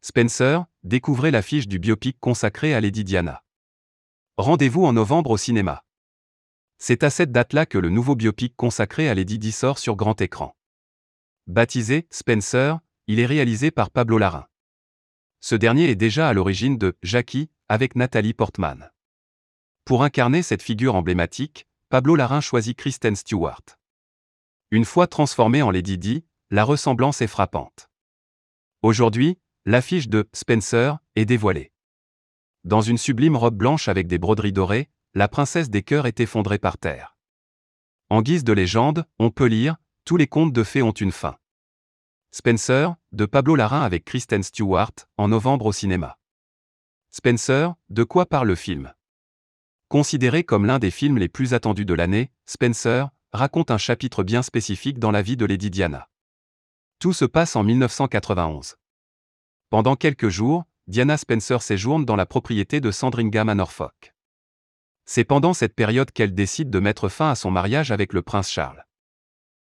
Spencer, découvrez l'affiche du biopic consacré à Lady Diana. Rendez-vous en novembre au cinéma. C'est à cette date-là que le nouveau biopic consacré à Lady Di sort sur grand écran. Baptisé Spencer, il est réalisé par Pablo Larraín. Ce dernier est déjà à l'origine de Jackie, avec Nathalie Portman. Pour incarner cette figure emblématique, Pablo Larraín choisit Kristen Stewart. Une fois transformée en Lady Di, la ressemblance est frappante. Aujourd'hui, l'affiche de Spencer est dévoilée. Dans une sublime robe blanche avec des broderies dorées, la princesse des cœurs est effondrée par terre. En guise de légende, on peut lire « Tous les contes de fées ont une fin ». Spencer, de Pablo Larraín avec Kristen Stewart, en novembre au cinéma. Spencer, de quoi parle le film? Considéré comme l'un des films les plus attendus de l'année, Spencer raconte un chapitre bien spécifique dans la vie de Lady Diana. Tout se passe en 1991. Pendant quelques jours, Diana Spencer séjourne dans la propriété de Sandringham à Norfolk. C'est pendant cette période qu'elle décide de mettre fin à son mariage avec le prince Charles.